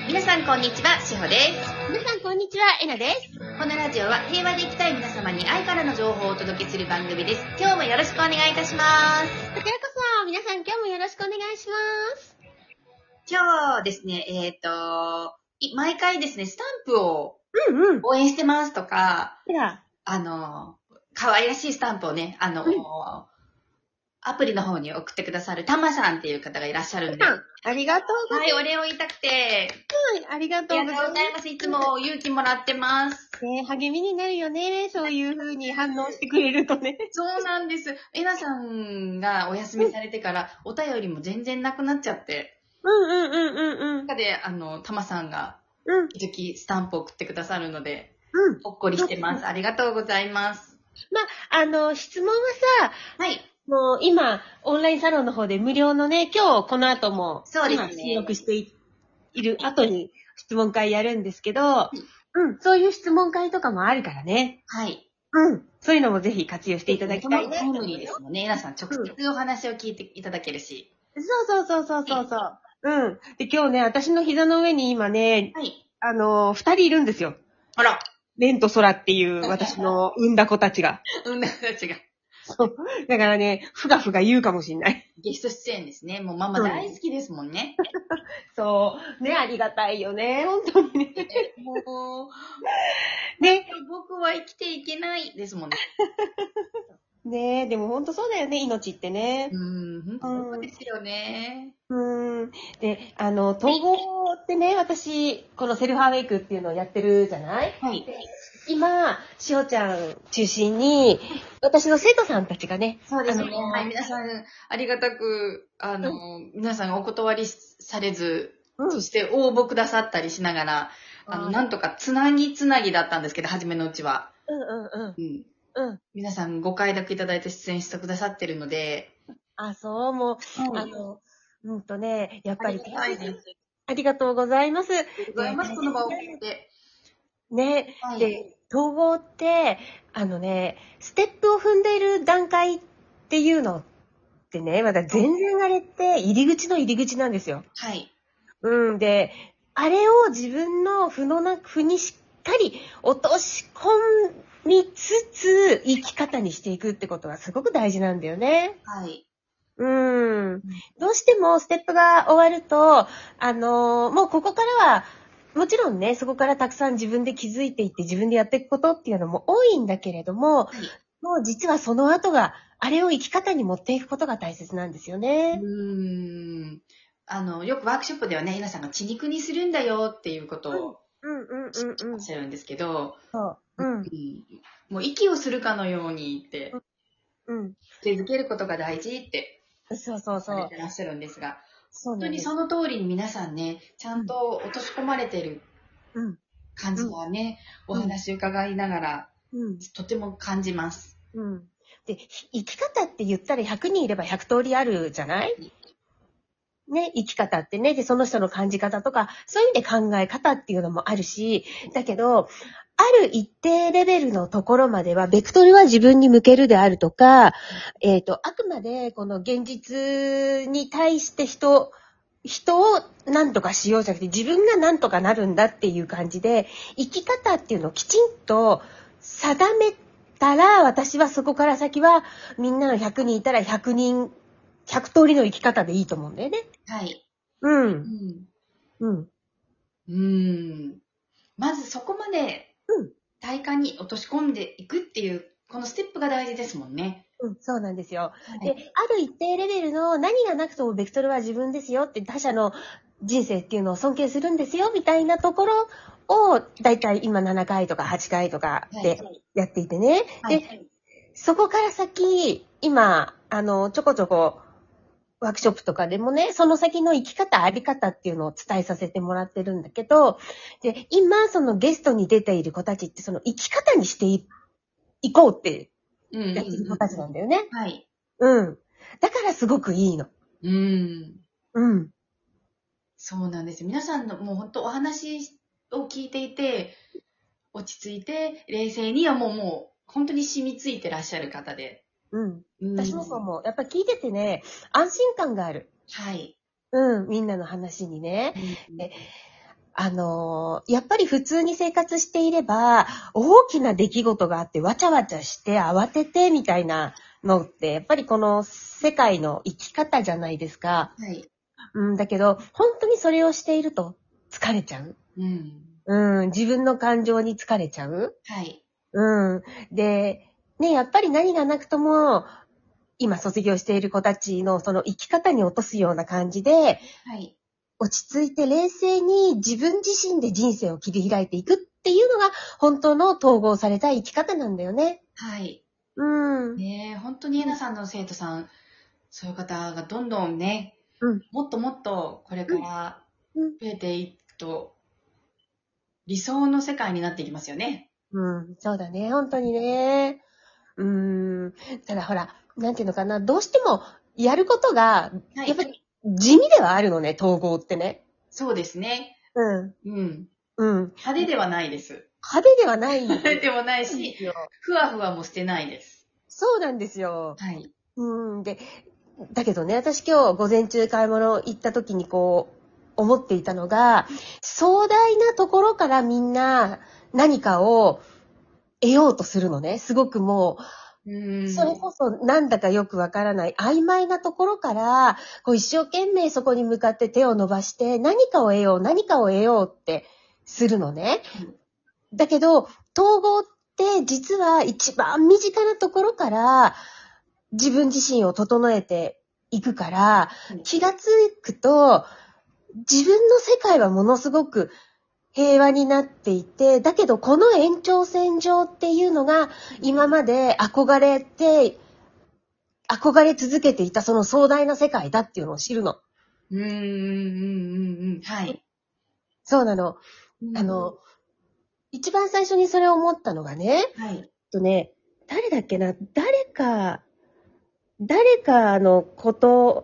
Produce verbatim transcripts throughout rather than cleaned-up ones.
皆さんこんにちは、しほです。 皆さんこんにちは、えなです。 このラジオは平和で生きたい皆様に愛からの情報をお届けする番組です。今日もよろしくお願いいたします。 こちらこそ、皆さん今日もよろしくお願いします。 今日ですね、えっ、ー、と、毎回ですね、スタンプをうんうん。 応援してますとか、 では、 あの、可愛らしいスタンプをね、あの、うん、アプリの方に送ってくださるたまさんっていう方がいらっしゃるんで。 ありがとうございます。 はい、お礼を言いたくて。 はい、ありがとうございます。 ありがとうございます。いつも勇気もらってます。 ね、励みになるよね。そういう風に反応してくれるとね。 そうなんです。えなさんがお休みされてから、うん、お便りも全然なくなっちゃって。 うんうんうんうんうん。 中で、あの、たまさんが、 うん。 時々スタンプを送ってくださるので、 うん。 ほっこりしてます。ありがとうございます。 まあ、あの、質問はさ、 はい。 もう今、オンラインサロンの方で無料のね、今日この後も、 そうですね。 今収録している後に質問会やるんですけど、うん、うん、そういう質問会とかもあるからね。 はい。 うん。そういうのもぜひ活用していただきたいね。 タイムリーですもんね。皆さん直接お話を聞いていただけるし。 うん、そうそうそうそうそう。うん。で、今日ね、私の膝の上に今ね、はい、あの、二人いるんですよ。 あら。 レンとソラっていう私の産んだ子たちが。 産んだ子たちが。 そう。だからね、ふがふが言うかもしんない。 ゲスト出演ですね。もうママ大好きですもんね。 そう。ね、ありがたいよね。本当にね。 もう、 ね。 僕は生きていけないですもんね。 ねえ、でも本当そうだよね、命ってね。 うん、本当そうですよね。 うん。で、あの、統合ってね、私、このセルフアウェイクっていうのをやってるじゃない？ はい。 今、しおちゃん中心に、私の生徒さんたちがね。 そうですね。はい、皆さん、ありがたく、あの、うん、皆さんがお断りされず、うん、そして応募くださったりしながら、あの、なんとかつなぎつなぎだったんですけど、初めのうちは。 うんうんうん。 うんうん。 皆さんご快諾いただいて出演してくださってるので。 あ、そう、もう、うん、あの、うんとね、やっぱり。 ありがたいです。 ありがとうございます。ありがとうございます。この場を送って。 ね、はい、で、統合って、あのね、ステップを踏んでいる段階っていうのってね、まだ全然あれって入り口の入り口なんですよ。 はい。 うん、で、あれを自分の負のな、負にしっかり落とし込みつつ、生き方にしていくってことがすごく大事なんだよね。 はい。 うん。どうしてもステップが終わると、あのー、もうここからは、もちろんね、そこからたくさん自分で気づいていって自分でやっていくことっていうのも多いんだけれども、はい、もう実はその後が、あれを生き方に持っていくことが大切なんですよね。 うーん。あの、よくワークショップではね、皆さんが血肉にするんだよっていうことを、 うんうんうんうん。 おっしゃるんですけど、 そう。うん。 もう息をするかのようにって、 うん。 気づけることが大事って、 そうそうそう。 されてらっしゃるんですが、 そう本当にその通りに皆さんね、ちゃんと落とし込まれてる感じはね、うん、お話伺いながら、うん、とても感じます。 うん。で、生き方って言ったらひゃくにんいればひゃく通りあるじゃない？ね、生き方ってね、で、その人の感じ方とか、そういう意味で考え方っていうのもあるし、だけど、ある一定レベルのところまでは、ベクトルは自分に向けるであるとか、えっと、あくまでこの現実に対して人、人を何とかしようじゃなくて、自分が何とかなるんだっていう感じで、生き方っていうのをきちんと定めたら、私はそこから先は、みんなのひゃくにんいたらひゃくにん、ひゃく通りの生き方でいいと思うんだよね。 はい。 うん。 うん。うん。うん。まずそこまで、体感に落とし込んでいくっていう、このステップが大事ですもんね。 うん、そうなんですよ。はい、で、ある一定レベルの何がなくともベクトルは自分ですよって、他者の人生っていうのを尊敬するんですよみたいなところを、だいたい今ななかいとかはちかいとかでやっていてね。はい、で、はい、そこから先、今、あの、ちょこちょこ、ワークショップとかでもね、その先の生き方、あり方っていうのを伝えさせてもらってるんだけど、で、今、そのゲストに出ている子たちって、その生き方にしてい、いこうってやってる子たちなんだよね。 うん、はい。 うん。だからすごくいいの。 うん。 うん。 そうなんですよ。皆さんのもう本当お話を聞いていて、落ち着いて、冷静にはもうもう、本当に染みついてらっしゃる方で。 うん。私もそう思う。やっぱり聞いててね、安心感がある。 はい。 うん。みんなの話にね。うん、であの、やっぱり普通に生活していれば、大きな出来事があってわちゃわちゃして慌ててみたいなのって、やっぱりこの世界の生き方じゃないですか。 はい。 うん、だけど、本当にそれをしていると疲れちゃう。 うん。 うん、自分の感情に疲れちゃう。 はい。 うん。で、ね、やっぱり何がなくとも、今卒業している子たちのその生き方に落とすような感じで、 はい。 落ち着いて冷静に自分自身で人生を切り開いていくっていうのが本当の統合された生き方なんだよね。 はい。 うん。 ねえ、本当にえなさんの生徒さん、そういう方がどんどんね、 うん。 もっともっとこれからうん。 増えていくと、理想の世界になっていきますよね。 うん。そうだね。本当にね。うん。ただほら、なんていうのかな。どうしてもやることが、 はい。 やっぱり地味ではあるのね、統合ってね。 そうですね。 うん。 うん。 うん。 派手ではないです。 派手ではないん派手でもないし、 ですよ。 ふわふわもしてないです。 そうなんですよ。 はい。 うん。で、だけどね、私今日午前中買い物行った時にこう、思っていたのが、壮大なところからみんな何かを得ようとするのね。すごくもうう、それーん。 こそなんだかよくわからない曖昧なところから、こう一生懸命そこに向かって手を伸ばして何かを得よう、何かを得ようってするのね。だけど、統合って実は一番身近なところから自分自身を整えていくから、気がつくと自分の世界はものすごく平和になっていて、だけどこの延長線上っていうのが今まで憧れて、憧れ続けていたその壮大な世界だっていうのを知るの。 うーん、うん、うん、うん。はい。 そうなの。 うん、 あの、一番最初にそれを思ったのがね、 はい。 とね、誰だっけな、誰か、誰かのこと、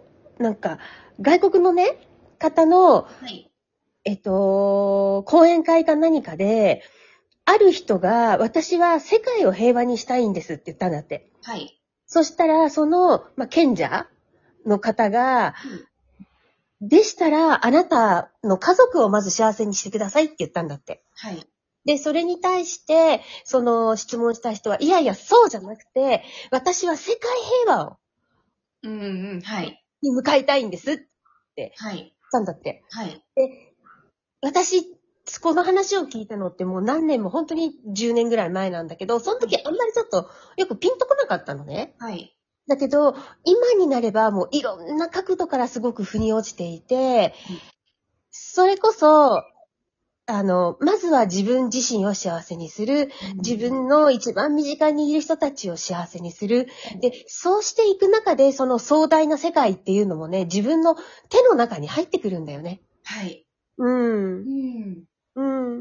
なんか、外国のね、方の、 はい。 えっと、講演会か何かで、ある人が、私は世界を平和にしたいんですって言ったんだって。 はい。 そしたら、その、まあ、賢者の方が、でしたら、あなたの家族をまず幸せにしてくださいって言ったんだって。 はい。 で、それに対して、その質問した人は、いやいや、そうじゃなくて、私は世界平和を、 うん、うん、はい。 に向かいたいんですって言っはい。 たんだって。 はい。 で、私、この話を聞いたのってもう何年も本当にじゅうねんぐらい前なんだけど、その時あんまりちょっとよくピンとこなかったのね。 はい。 だけど、今になればもういろんな角度からすごく腑に落ちていて、それこそ、あの、まずは自分自身を幸せにする。自分の一番身近にいる人たちを幸せにする。で、そうしていく中で、その壮大な世界っていうのもね、自分の手の中に入ってくるんだよね。 はい。 う。 うんん。 うん。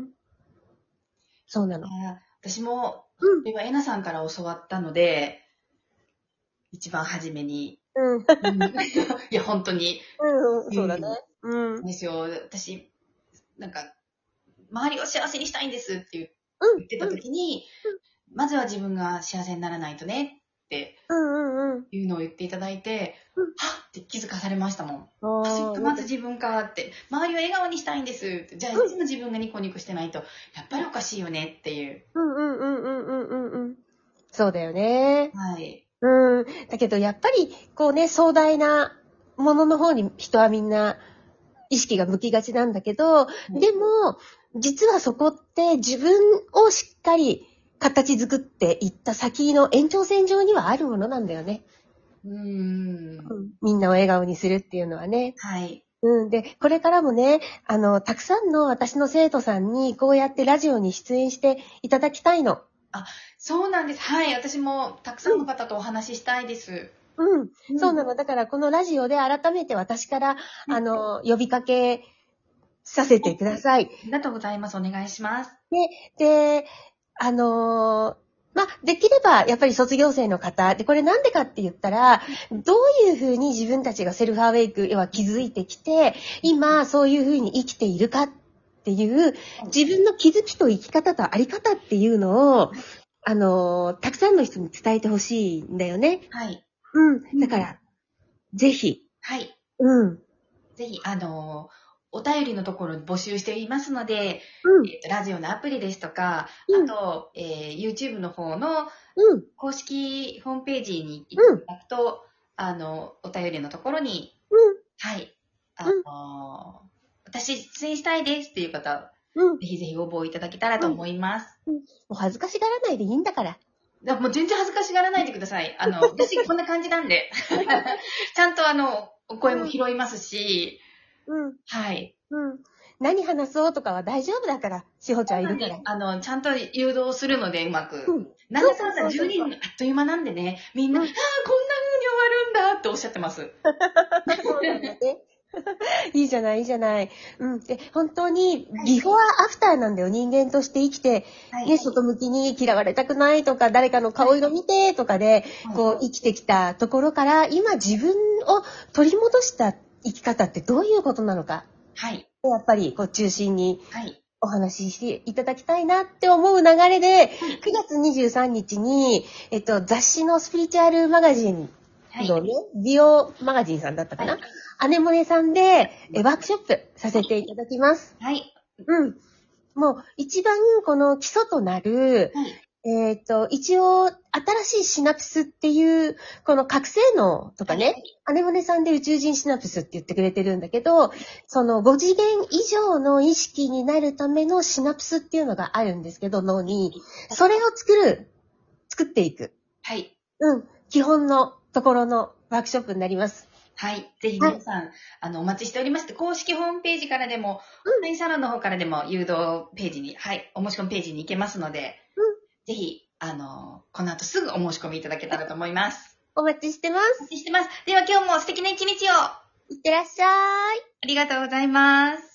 そうなの。 あー私も、 うん。 では、えなさんから教わったので、一番初めに。 うん。 うんいや、本当に。 うん。そうだね。 うんうん。 ですよ。私、なんか、周りを幸せにしたいんですって言うん。 言ってた時に、まずは自分が幸せにならないとねってうん。うん。 いうのを言っていただいて、 うんはっって気づかされましたもん。 ああ、そっか、 あ、よかった。 まず自分かって。周りを笑顔にしたいんですって。じゃあ、いつも自分がニコニコしてないと、やっぱりおかしいよねっていう。 うんうんうんうんうんうんうん。そうだよね。 はい。 うん。だけどやっぱり、こうね、壮大なものの方に人はみんな意識が向きがちなんだけど、でも、実はそこって自分をしっかり形作っていった先の延長線上にはあるものなんだよね。 うーん。 うん、みんなを笑顔にするっていうのはね。 はい。 うん。で、これからもね、あの、たくさんの私の生徒さんにこうやってラジオに出演していただきたいの。 そうなんです。はい。私もたくさんの方とお話ししたいです。 うん。 うんそうなの。だからこのラジオで改めて私から、あの、呼びかけさせてください。 ありがとうございます。お願いします。 で、あのーまあ、できれば、やっぱり卒業生の方、で、これなんでかって言ったら、どういうふうに自分たちがセルフアウェイク、要は気づいてきて、今、そういうふうに生きているかっていう、自分の気づきと生き方とあり方っていうのを、あのーたくさんの人に伝えてほしいんだよね。 はい。 うん。だから、ぜひ、 はい。 うん。 ぜひ、あのお便りのところに募集していますので、 うん。 えっと、ラジオのアプリですとか、 うんあと、えー YouTube の方のうん。 公式ホームページに行っていただくと、あの、お便りのところに、 うん。 はい、あうんの、私出演したいですっていう方、 うん。 ぜひぜひ応募いただけたらと思います。 もう恥ずかしがらないでいいんだから。 だもう全然恥ずかしがらないでください。あの、私こんな感じなんで。ちゃんとあの、お声も拾いますし、 うん。 はい。 うん。何話そうとかは大丈夫だから、しほちゃんいるから。 あの、ちゃんと誘導するので、うまく。 うん。 なんだかんだじゅうにんあっという間なんでね、みんな、 うんああ、こんな風に終わるんだっておっしゃってます。 そうなんだね。いいじゃない、いいじゃない。うん。で、本当に、ビフォーアフターなんだよ。人間として生きて、 はい。 ね、外向きに嫌われたくないとか、誰かの顔色見てとかで、こう、生きてきたところから、今自分を取り戻した生き方ってどういうことなのか。 はい。 やっぱり、こう、中心にはい。 お話ししていただきたいなって思う流れで、くがつにじゅうさんにちに、えっと、雑誌のスピリチュアルマガジンはい。 のね、美容マガジンさんだったかな、 はい。 アネモネさんでえワークショップさせていただきます。 はい。 うん。もう一番この基礎となる、 はい。 えっと、一応新しいシナプスっていう、この覚醒脳とかね、アネモネさんで宇宙人シナプスって言ってくれてるんだけど、そのご次元以上の意識になるためのシナプスっていうのがあるんですけど、脳に。それを作る、作っていく。 はい。 うん。基本のところのワークショップになります。 はい。ぜひ皆さん、あの、お待ちしておりまして、公式ホームページからでも、オンラインサロンの方からでも、誘導ページに、はい、お申し込みページに行けますので、ぜひ、あの、この後すぐお申し込みいただけたらと思います。 お待ちしてまおす。 待ちしてます。では今日も素敵な一日を、あいってらっしゃい。 りがとうございます。